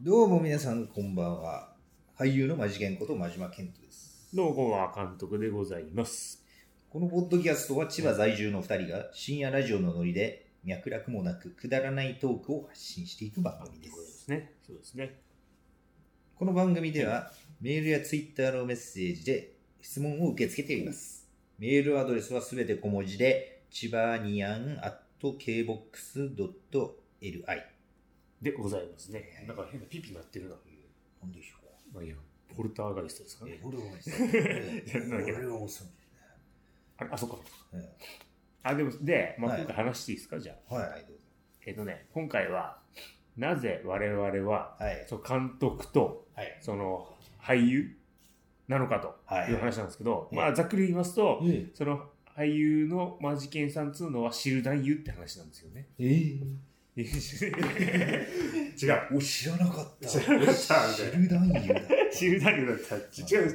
どうも皆さんこんばんは。俳優のマジケンこと真島健人です。 どうもは監督でございます。 このポッドキャストは千葉在住の2人が深夜ラジオのノリで脈絡もなくくだらないトークを発信していく番組です。 そうですね。 この番組ではメールやツイッターのメッセージで質問を受け付けています。メールアドレスはすべて小文字で千葉にゃん @kbox.li でございますね。なんか変なピピ鳴ってるな。 なんでしょう。 まあいいや、ポルターガイストですかね。 これはあれ、あ、そっか。あ、でも、まあ、今回話していいですか、じゃあ。 はい、どうぞ。 今回は、なぜ我々は、その監督と、その俳優なのかという話なんですけど、まあ、ざっくり言いますと、その俳優のマジケンさんっつうのは知る男優って話なんですよね。違う。 知らなかった。 知らなかった。 知る男優だ。 知る男優だった。違う。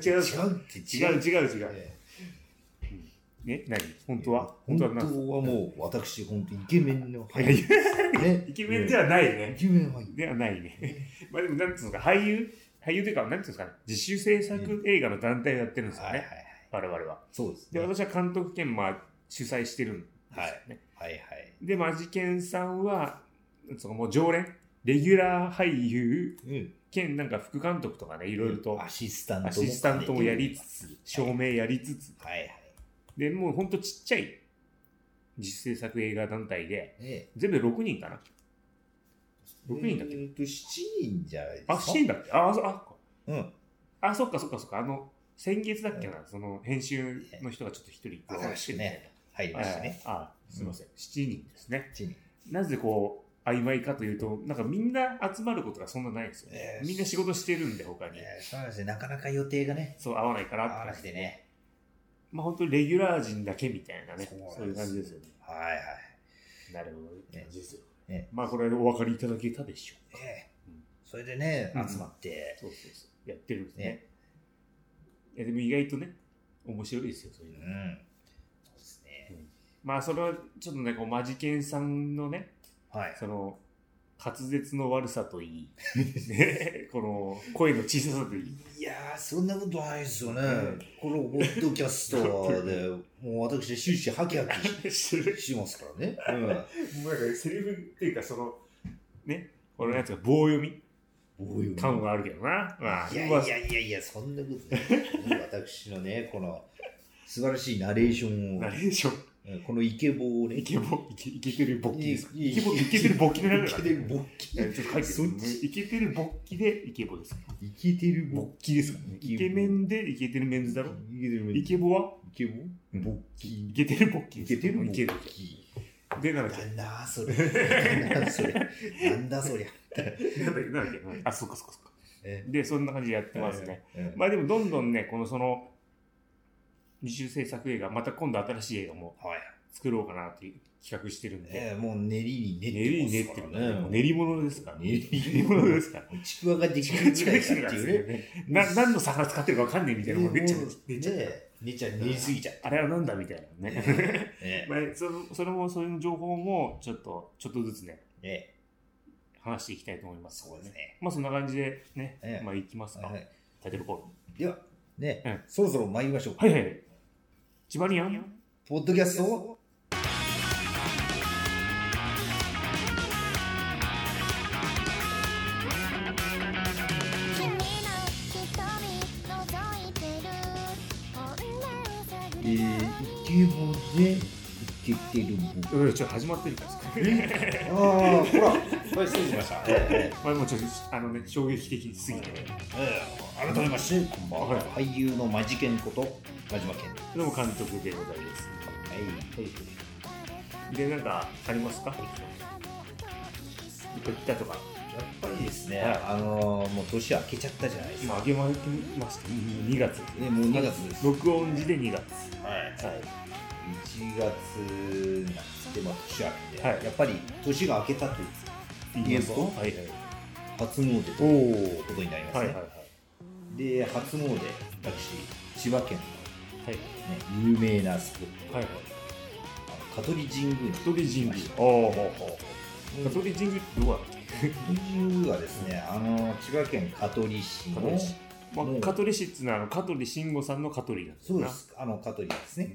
ね、何本当はもう私、本当イケメンの俳優。 イケメンではないね。 イケメン俳優。 ではないね。まあでも、なんていうんですか、俳優というか、なんていうんですかね、自主制作映画の団体をやってるんですよね。我々は。 そうです。 で、私は兼督兼、主催してるんですよね。で、マジケンさんは、もう常連、レギュラー俳優、兼なんか副監督とかね、いろいろとアシスタントもやりつつ、照明やりつつ、で、もうほんとちっちゃい自主制作映画団体で、全部で6人かな。6人だっけ ？7人じゃないですか。 7人だっけそっか。先月だっけな、その編集の人がちょっと1人加わってね。 入りましたね。 すみません。7人ですね。なぜこう、曖昧かというと、なんかみんな集まることがそんなないんですよね。みんな仕事してるんで、他に。 そうなんですね。なかなか予定がね。 そう、合わないから合わなくてね。 まあ本当にレギュラー陣だけみたいなね。そういう感じですよね。なるほど。ですよ。まあこれお分かりいただけたでしょうか。 それでね、集まって。 そう。やってるんですね。いやでも意外とね、面白いですよ、そういうの。 そうですね。 まあそれはちょっとね、こうマジケンさんのね、その滑舌の悪さといい、この声の小ささといい。 いやー、そんなことないですよね。このポッドキャストで、もう私終始ハキハキしますからね。 もうなんかセリフっていうか、その、ね、このやつが棒読み感はあるけどな。 いや、そんなことない。私のね、この素晴らしいナレーションを。このイケボをね。 イケてる勃起です。イケてる勃起でなるから。 イケてる勃起。 ちょっと書いてる。イケてる勃起でイケボです。 イケてる勃起ですからね。イケメンでイケてるメンズだろ。イケボはイケボ勃起。 イケてる勃起。 イケてる勃起。 で、なんだっけ。 なんだそりゃ。 あ、そっか。で、そんな感じでやってますね。まあでもどんどんね、その、自主制作映画、また今度新しい映画も作ろうかなっていう企画してるんで。 もう練りに練ってるね。練り物ですから。 ちくわができるぐらいかっていうね。 何の魚使ってるか分かんねえみたいなのが出ちゃう。 練りすぎちゃう。 あれはなんだみたいなね。それも、そういう情報もちょっとずつね、話していきたいと思います。 そうですね。 まあそんな感じでね、まあいきますか。タイトルコール。 では、そろそろ参りましょう。 千葉にゃんポッドキャストをイケボでイケてるちょっと始まってるからほら、これ失礼しました。 まあもうちょっと衝撃的すぎて。 改めまして、こんばんは。俳優のマジケンこと真島健人。 どうも監督でございます。で、なんかありますか？どっか行ったとか。 やっぱりですね、もう年明けちゃったじゃないですか。 明けました。2月。 もう2月です。 録音時で2月。 1月になって、年明けて、やっぱり年が明けたと言えば、初詣ということになりますね。で、初詣、私、千葉県の有名なスポット、香取神宮に香取神宮。香取神宮ってどこだっけ？ 移住はですね、千葉県香取市の、 香取市っていうのは香取慎吾さんの香取なんですね。 そうです、香取ですね。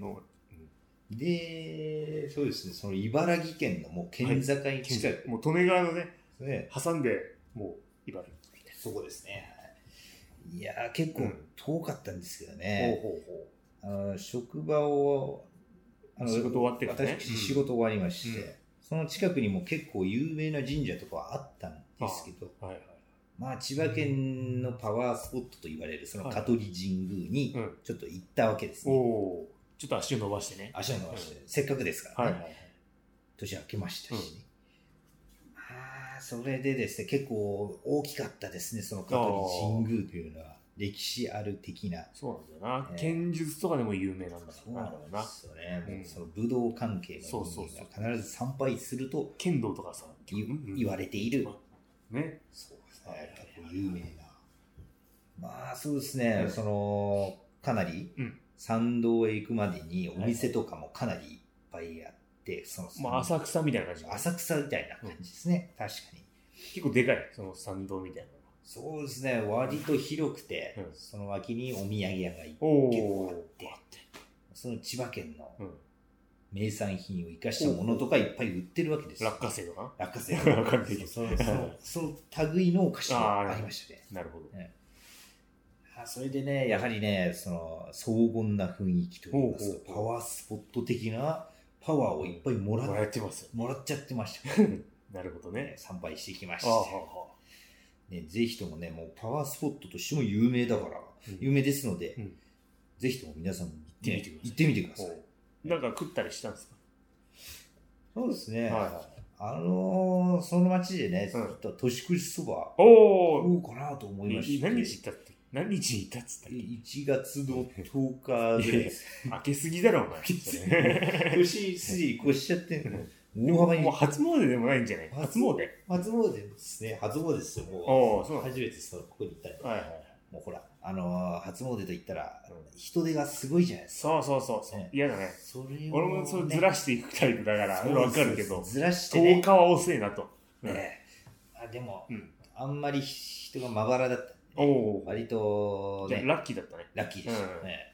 で、そうですね、その茨城県のもう県境近く、 もう利根川のね、挟んで、もう茨城みたいな。 そこですね。いやー、結構遠かったんですけどね。職場を、 仕事終わってからね。 私、仕事終わりまして、その近くにも結構有名な神社とかはあったんですけど、まあ、千葉県のパワースポットと言われるその香取神宮にちょっと行ったわけですね。 ちょっと足を伸ばしてね。 足を伸ばして、せっかくですからね。年明けましたしね。それでですね、結構大きかったですね、その香取神宮というのは。歴史ある的な。 そうなんだよな。剣術とかでも有名なんだろうな。そうなんですよね。その武道関係の人間が必ず参拝すると、 剣道とかさ、 言われている。 ね。 そうですね。結構有名な。まあ、そうですね。かなり、参道へ行くまでにお店とかもかなりいっぱいあって、 浅草みたいな感じ。 浅草みたいな感じですね。確かに。 結構でかい、その参道みたいな。 そうですね、割と広くて、その脇にお土産屋が結構あって、その千葉県の名産品を生かしたものとかいっぱい売ってるわけですよ。 落花生とか落花生とか。その類のお菓子がありましたね。 なるほど。 それでね、やはりね、その荘厳な雰囲気といいますか、パワースポット的なパワーをいっぱいもらっちゃってました。 なるほどね。 参拝してきました。ね、ぜひともね、もうパワースポットとしても有名だから、有名ですので、ぜひとも皆さんも行ってみてください。 なんか食ったりしたんですか？ そうですね。その町でね、年越しそば食おうかなと思いまして。 何日行ったって？何日に行ったっつったっけ ？1月の10日ぐらいです。 開けすぎだろ、お前。 年すでに越しちゃってんの。 もう初詣でもないんじゃない？初詣ですね。初詣ですよ。もう初めてここに行ったら。もうほら、初詣と言ったら、人手がすごいじゃないですか。 そう。嫌だね。俺もそうずらしていくタイプだから、わかるけど、 ずらして 10日は遅いなと。 でも、あんまり人がまばらだった。割と、 ラッキーだったね。 ラッキーでしたね。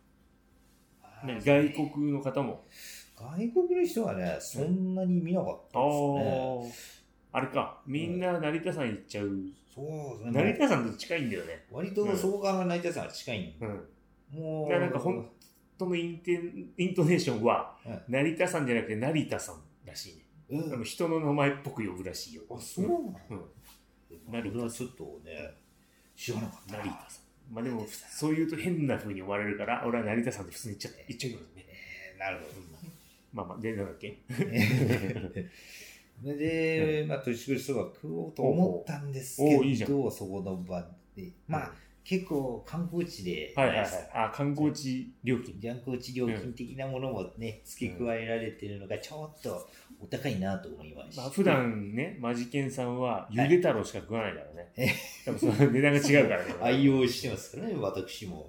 外国の方も外国の人はね、そんなに見なかったですね。 あれか、みんな成田山行っちゃう。 そうですね。 成田山と近いんだよね。 割とそこから成田山は近いんで。 もう。なんか本当のイントネーションは、成田山じゃなくて成田山らしいね。人の名前っぽく呼ぶらしいよ。 あ、そうなの？成田はちょっとね、知らなかった。 成田山。まあでも、そう言うと変な風に思われるから、俺は成田山って普通に言っちゃうけどね。 なるほど。 まあ、で、なんだっけで、まあ、年越しそば食おうと思ったんですけど、そこの場で、まあ、結構観光地で、 観光地料金的なものもね、付け加えられてるのがちょっとお高いなと思いました。 普段ね、マジケンさんはゆで太郎しか食わないからね。多分その値段が違うからね。 愛用してますからね、私も。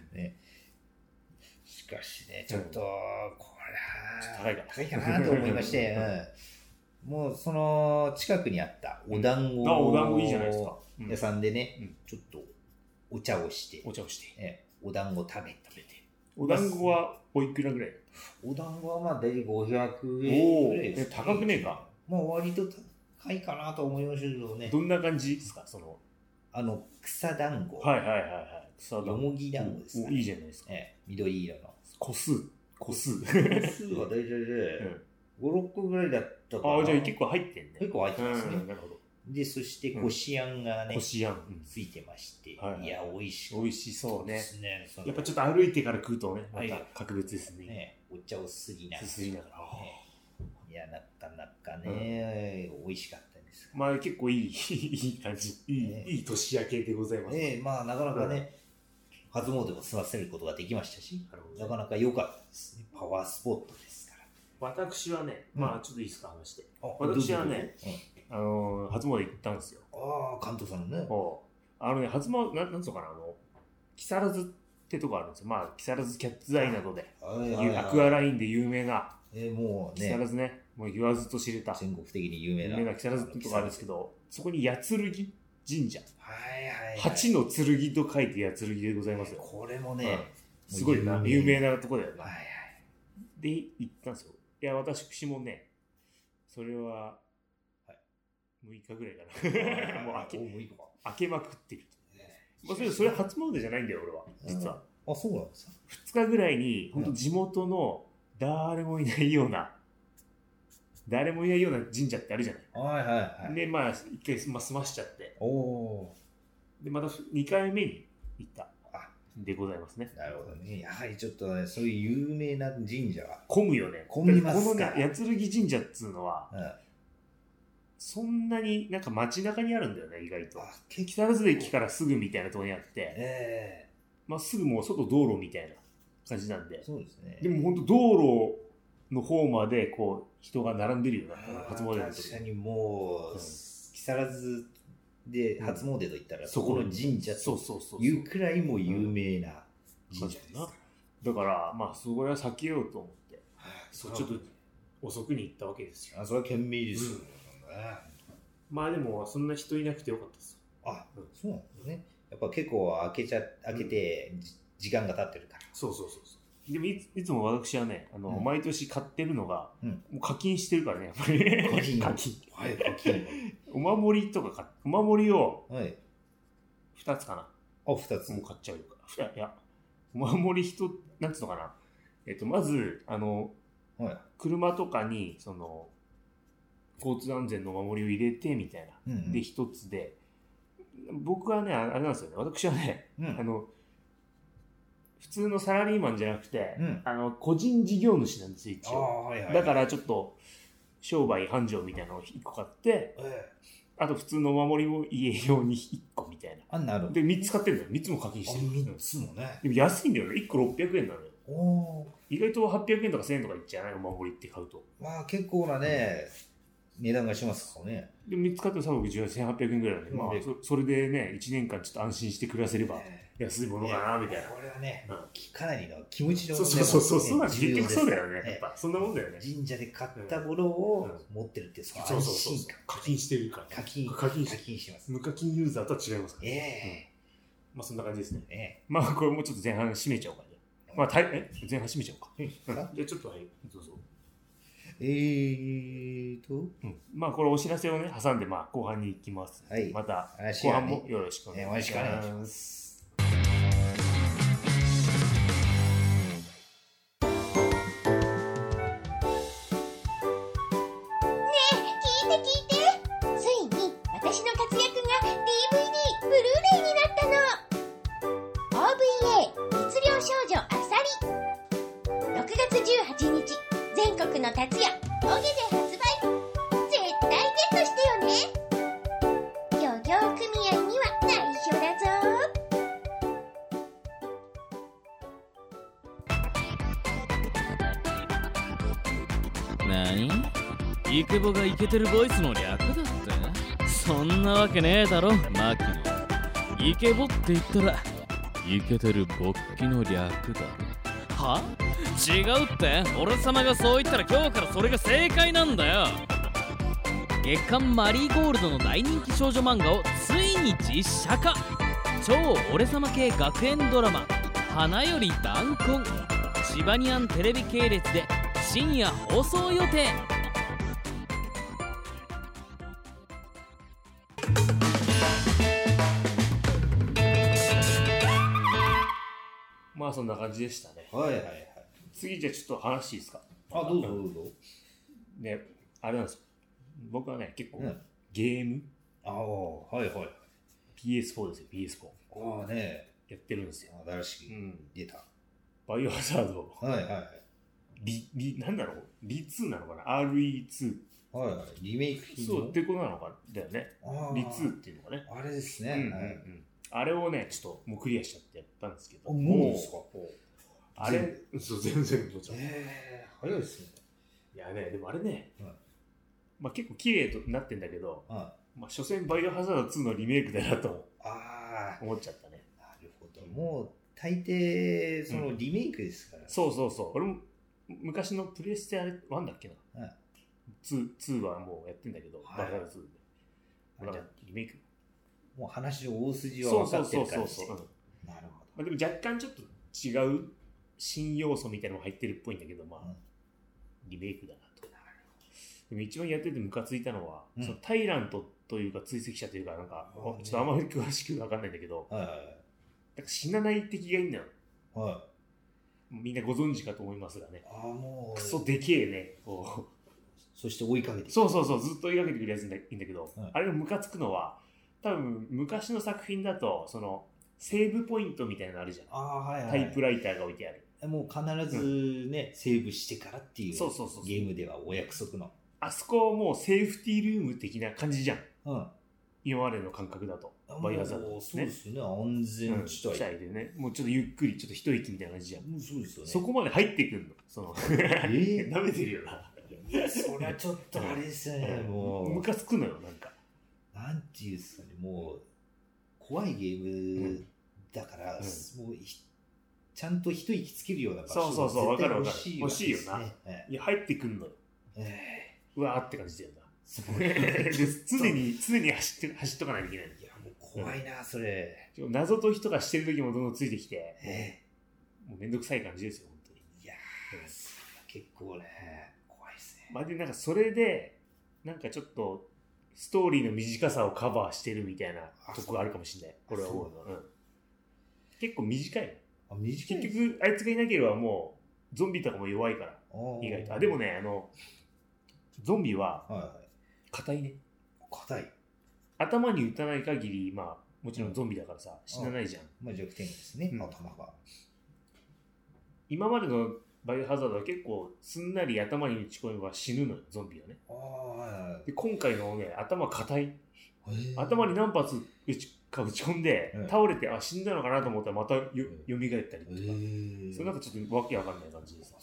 しかしね、ちょっと、これは高いかなと思いまして、もうその近くにあったお団子いいじゃないですか。 屋さんでね、ちょっとお茶をして、お団子食べて。 お団子はおいくらぐらい？ お団子はまあ大体500円ぐらいです。 高くねえか？ まあ割と高いかなと思いましたけどね。 どんな感じですか？ 草団子。 草団子。 よもぎ団子ですね。 いいじゃないですか。 緑色の。 個数は大体で5、6個ぐらいだったかな。 じゃあ結構入ってんね。 結構入ってますね。 なるほど。 で、そしてこしあんがね、ついてまして、いや、美味しそうね。 やっぱちょっと歩いてから食うとね、また格別ですね。 お茶をすりながら。いや、なかなかね、美味しかったです。 まあ結構いい感じ。いい年明けでございます。 まあなかなかね、初詣も済ませることができましたし、なかなか良かったですね。パワースポットですから。 私はね、まあちょっといいですか、話して。私はね、初詣行ったんですよ。 関東さんのね。 初詣、なんつうのかな、木更津っってとこあるんですよ。まあ、木更津キャッツアイなどで、アクアラインで有名な、 もうね、 木更津ね、もう言わずと知れた、 全国的に有名な木更津ってとこあるんですけど、そこに八剣神社。八の剣と書いて八剣でございますよ。 これもね、 すごい有名なとこだよな。で、行ったんですよ。いや、私もね、それは、6日ぐらいかな。もう開けまくってる。それ初詣じゃないんだよ、俺は。実は。 あ、そうなんですか。 2日ぐらいに、本当地元の誰もいないような神社ってあるじゃない。で、まあ、一回済ましちゃって。で、また2回目に行った。でございますね。 なるほどね。やはりちょっとね、そういう有名な神社は。 混むよね。 混みますか。 このね、八剣神社っつうのは、そんなになんか街中にあるんだよね、意外と。木更津駅からすぐみたいなところにあって、まあすぐもう外道路みたいな感じなんで。 そうですね。 でも本当道路の方までこう人が並んでるような、初詣の時。 確かにもう、木更津で初詣といったら、そこの神社というくらいも有名な神社です。 だから、まあ、そこは避けようと思って、ちょっと遅くに行ったわけですよ。 それは賢明ですよ。 まあでも、そんな人いなくてよかったです。 そうなんですね。やっぱ結構開けて、時間が経ってるから。 そう。でもいつも私はね、毎年買ってるのが、もう課金してるからね、やっぱり。課金。お守りとかお守りを、2つかな。 2つ。 もう買っちゃうから。いや、お守りなんつうのかな。まず、車とかに、交通安全のお守りを入れて、みたいな。で、1つで、僕はね、あれなんですよね。私はね、普通のサラリーマンじゃなくて、個人事業主なんですよ、一応。だからちょっと、商売繁盛みたいなのを1個買って、あと普通のお守りも家用に1個みたいな。 なるほど。 で、3つ買ってるんだよ。3つも課金してる。 3つもね。 でも安いんだよね。1個600円なのよ。意外と800円とか1000円とかいっちゃうないお守りって買うと。 まあ結構なね、値段がしますからね。 で、3つ買って1800円ぐらいなんで、まあそれでね、1年間ちょっと安心して暮らせれば安いものかな、みたいな。 これはね、かなりの気持ちの問題。そうなんです。結局そうだよね。やっぱ、そんなもんだよね。 神社で買ったものを持ってるって、その安心感。 課金してるから。課金します。 無課金ユーザーとは違いますから。まあそんな感じですね。まあこれもうちょっと前半締めちゃおうかね。まあ前半締めちゃおうか。じゃあちょっとどうぞ。まあこれお知らせをね挟んでまあ後半に行きます。また後半もよろしくお願いします。 イケボがイケてるボイスの略だって？そんなわけねえだろ、マキノ。イケボって言ったらイケてる勃起の略だ。は？違うって？俺様がそう言ったら今日からそれが正解なんだよ。月刊マリーゴールドの大人気少女漫画をついに実写化。超俺様系学園ドラマ花より弾痕、シバニアンテレビ系列で深夜放送予定。 まあそんな感じでしたね。次じゃあちょっと話いいですか？ どうぞ。 ね、あれなんですよ。僕はね、結構ゲーム、PS4 ですよ、PS4。やってるんですよ。 新しい。出た。 バイオハザード。なんだろう ?B2 なのかな ?RE2。 リメイク品そうってことなのかだよね。B2 っていうのがね。 あれですね。 あれをね、ちょっともうクリアしちゃってやったんですけど。 もうですか？ あれ、そう、全然もちろん。 早いですね。 いやね、でもあれね、まあ結構綺麗となってんだけど、まあ所詮バイオハザード2のリメイクだなと思っちゃったね。 なるほど。もう大抵そのリメイクですから、 そうそうそう。俺も昔のプレステあれ1だっけな、2はもうやってんだけど、バイオハザード2で。だからリメイク。 もう話の大筋は分かってるからして。なるほど。 まあ、でも若干ちょっと違う新要素みたいなのが入ってるっぽいんだけど、まあ、リメイクだなと。でも一番やっててムカついたのは、そのタイラントというか追跡者というか、なんか、ちょっとあんまり詳しく分かんないんだけど、なんか死なない敵がいいんだよ。みんなご存知かと思いますがね。もうクソでけえね。こうそして追いかけてそうそうそう、ずっと追いかけてくるやついいんだけど、あれがムカつくのは、多分昔の作品だと、その、セーブポイントみたいなのあるじゃん。タイプライターが置いてある。 もう必ずね、セーブしてからっていうゲームではお約束の。 あそこもうセーフティールーム的な感じじゃん。今までの感覚だと。バイオハザードですね。 そうですね。安全地帯。 でね。もうちょっとゆっくり、ちょっと一息みたいな感じじゃん。 そうですよね。 そこまで入ってくんの。その、舐めてるよな。 そりゃちょっとあれですよね、もう。 ムカつくのよ、なんか。 なんていうんですかね、もう、怖いゲームだから、もう、ちゃんと一息つけるような場所そうそうそう、わかるわかる。 欲しいよな。いや、入ってくんのよ。うわーって感じだよな。常に走っとかないといけない。 いや、もう怖いな、それ。 謎解きとかしてる時もどんどんついてきて、もうめんどくさい感じですよ、本当に。 いやー、結構ね、怖いですね。 まあ、で、なんかそれで、なんかちょっと、ストーリーの短さをカバーしてるみたいなとこがあるかもしれない。これは思うの。結構短い。結局、あいつがいなければもう、ゾンビとかも弱いから、意外と。でもね、ゾンビは、硬いね。 硬い。 頭に打たない限り、まあ、もちろんゾンビだからさ、死なないじゃん。 まあ弱点ですね、頭が。 今までのバイオハザードは結構、すんなり頭に打ち込めば死ぬのよ、ゾンビはね。で、今回のね、頭硬い。頭に何発打ち込んで、倒れて、死んだのかなと思ったらまた蘇ったりとか。それなんかちょっとわけわかんない感じでさ。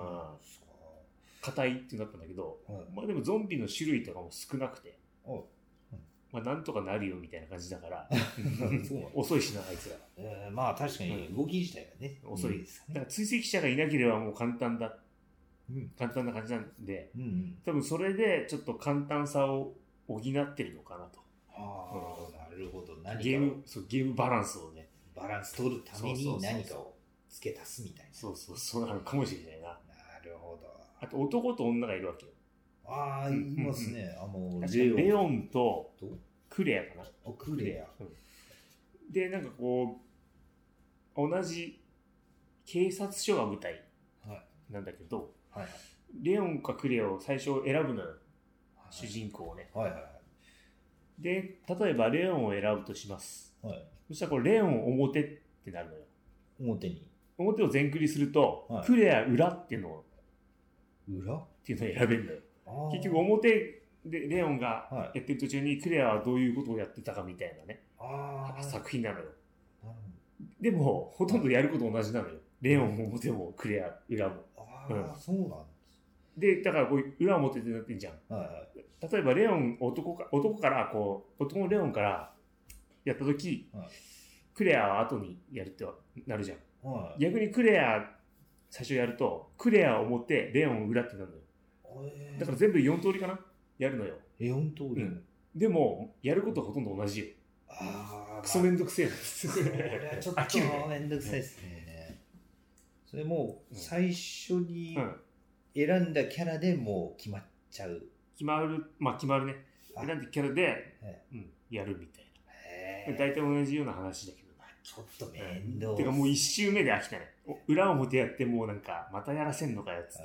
硬いってなったんだけど、まあでもゾンビの種類とかも少なくて、まあなんとかなるよみたいな感じだから、遅いしな、あいつら。まあ確かに動き自体がね、 遅いです。だから追跡者がいなければもう簡単な感じなんで、多分それでちょっと簡単さを補ってるのかなと。 なるほど。 ゲームバランスをね。 バランス取るために何かを付け足すみたいな。 そうなのかもしれないな。 なるほど。 あと男と女がいるわけよ。 いますね。 レオンとクレアかな。 クレア。 で、なんかこう、同じ警察署が舞台なんだけど、レオンかクレアを最初選ぶのよ。主人公をね。で、例えばレオンを選ぶとします。そしたらこれレオン表ってなるのよ。表を全クリすると、クレア裏っていうのをっていうのを選べるんだよ。結局表でレオンがやってる途中にクレアはどういうことをやってたかみたいなね、作品なのよ。でもほとんどやること同じなのよ。レオンも表もクレア裏も。 そうなんです。 で、だからこういう裏表ってなってんじゃん。例えばレオン男からこう男のレオンからやった時、クレアは後にやるってなるじゃん。逆にクレア最初やるとクレア表レオン裏ってなるのよ。だから全部4通りかなやるのよ。 4通り、 でもやることはほとんど同じよ。クソめんどくせえな。 それはちょっとめんどくさいですね。それもう最初に選んだキャラでもう決まっちゃう。 決まるね。選んだキャラで、やるみたいな。大体同じような話だけど。 ちょっと面倒。 てかもう1周目で飽きたね。裏表やってもうなんか、またやらせんのかやつって。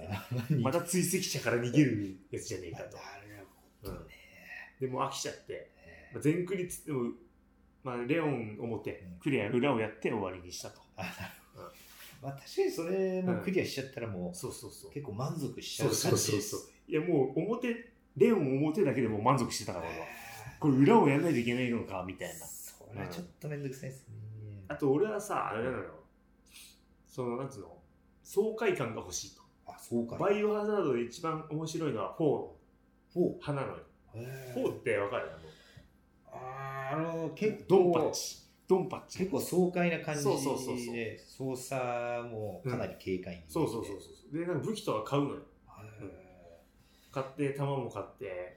また追跡者から逃げるやつじゃねえかと。 なるほどね。 でも飽きちゃって、全クリっつっても、レオン表、クリア裏をやって終わりにしたと。 確かにそれもクリアしちゃったらもう、結構満足しちゃう感じです。 いやもうレオン表だけでも満足してたから俺は。これ裏をやんないといけないのかみたいな。 それはちょっとめんどくさいですね。 あと俺はさ、あれなのよ。なんつうの、爽快感が欲しいと。バイオハザードで一番面白いのは4派なのよ。4ってわかる？ 結構ドンパチ。 ドンパッチ。 結構爽快な感じで、操作もかなり軽快に。 そうそう。で、なんか武器とか買うのよ。買って、弾も買って、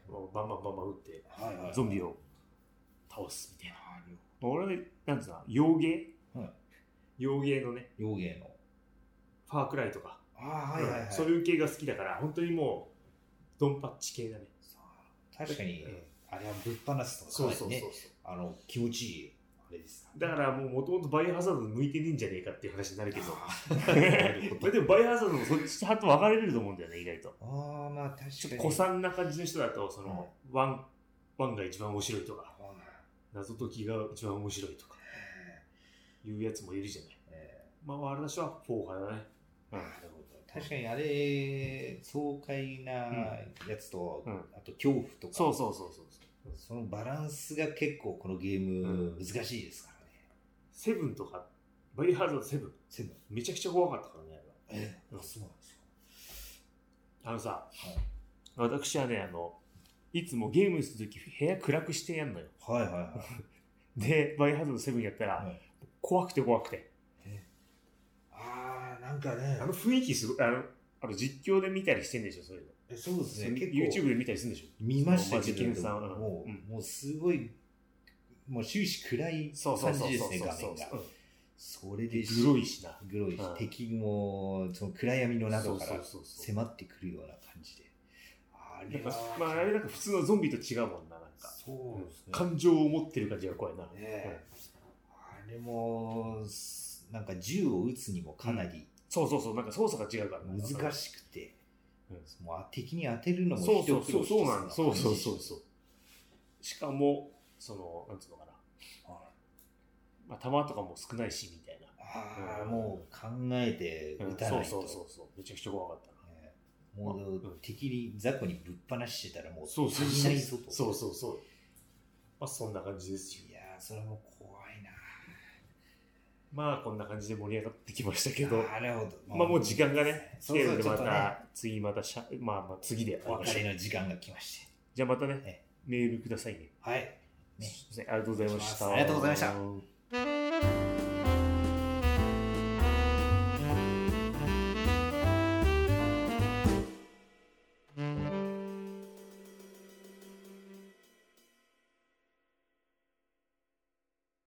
バンバン撃って、ゾンビを倒すみたいな。俺はなんつうの、洋芸のね。 洋芸の。 ファークライとか。そういう系が好きだから、本当にもう、ドンパッチ系だね。 確かに、あれはぶっ放すとかね、気持ちいい。あれですか。 だからもともとバイオハザード向いてねえんじゃねえかっていう話になるけど。でもバイオハザードもそっち派と分かれると思うんだよね、意外と。 まあ確かに。 ちょっと古参な感じの人だと、その、ワンが一番面白いとか、謎解きが一番面白いとか、いうやつもいるじゃない。まあ私は4派だね。 なるほど。確かにあれ、爽快なやつと、あと恐怖とか。 そう。 そのバランスが結構このゲーム難しいですからね。 セブンとか、バイオハザードセブン。めちゃくちゃ怖かったからね。 そうなんですよ。さ、私はね、いつもゲームするとき部屋暗くしてやんのよ。で、バイオハザードセブンやったら、怖くて。 なんかね。 雰囲気すごい、実況で見たりしてんでしょ、そういうの。 そうですね。 結構 YouTube で見たりするんでしょ。 見ましたけど、もうすごい、もう終始暗い感じですね、画面が。それでグロいしな。 敵もその暗闇の中から迫ってくるような感じで。 あれなんか普通のゾンビと違うもんな、なんか。そうですね。感情を持ってる感じが怖いな。あれも、なんか銃を撃つにもかなり、 なんか操作が違うから難しくて、もう敵に当てるのもそうなんだ。そう。しかも、なんつうのかな。弾とかも少ないし、みたいな。 もう考えて撃たないと。 めちゃくちゃ怖かったな。 もう敵に雑魚にぶっ放してたらもうそう。まあそんな感じですよ。 いやそれも怖いな。 まあこんな感じで盛り上がってきましたけど、 なるほど。 まあもう時間がね、来てるんでまた次次でお別れの時間が来まして。 じゃあまたね、メールくださいね。 はい。 ありがとうございました。 ありがとうございました。